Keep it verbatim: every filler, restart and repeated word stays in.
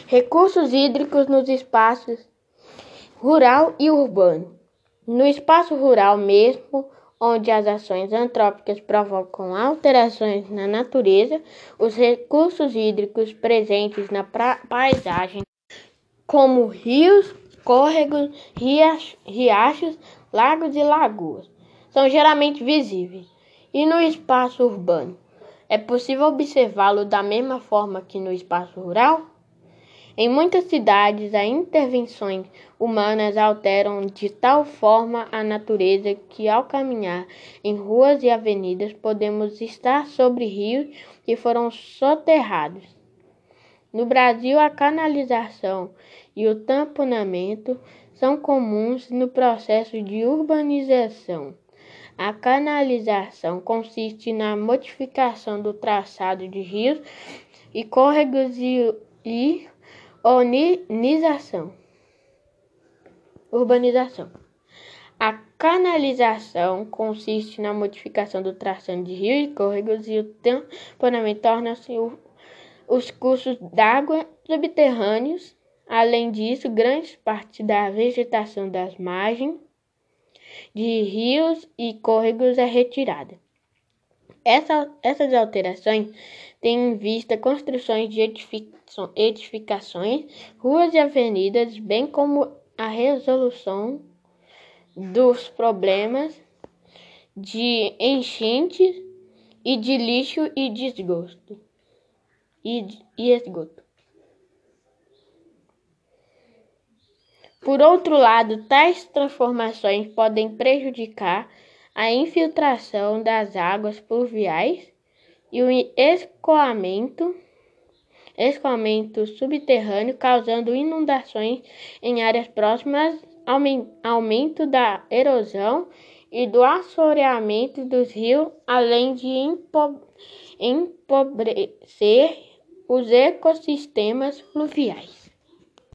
Recursos hídricos nos espaços rural e urbano. No espaço rural mesmo, onde as ações antrópicas provocam alterações na natureza, os recursos hídricos presentes na paisagem, como rios, córregos, riachos, lagos e lagoas, são geralmente visíveis. E no espaço urbano, é possível observá-lo da mesma forma que no espaço rural? Em muitas cidades, as intervenções humanas alteram de tal forma a natureza que, ao caminhar em ruas e avenidas, podemos estar sobre rios que foram soterrados. No Brasil, a canalização e o tamponamento são comuns no processo de urbanização. A canalização consiste na modificação do traçado de rios e córregos e, e Urbanização. Urbanização. A canalização consiste na modificação do traçado de rios e córregos e o tamponamento torna-se os cursos d'água subterrâneos. Além disso, grande parte da vegetação das margens de rios e córregos é retirada. Essa, essas alterações têm em vista construções de edificações, ruas e avenidas, bem como a resolução dos problemas de enchentes e de lixo e de esgoto. E, e esgoto. Por outro lado, tais transformações podem prejudicar a infiltração das águas pluviais e o escoamento, escoamento subterrâneo, causando inundações em áreas próximas, aumento da erosão e do assoreamento dos rios, além de empobrecer os ecossistemas fluviais.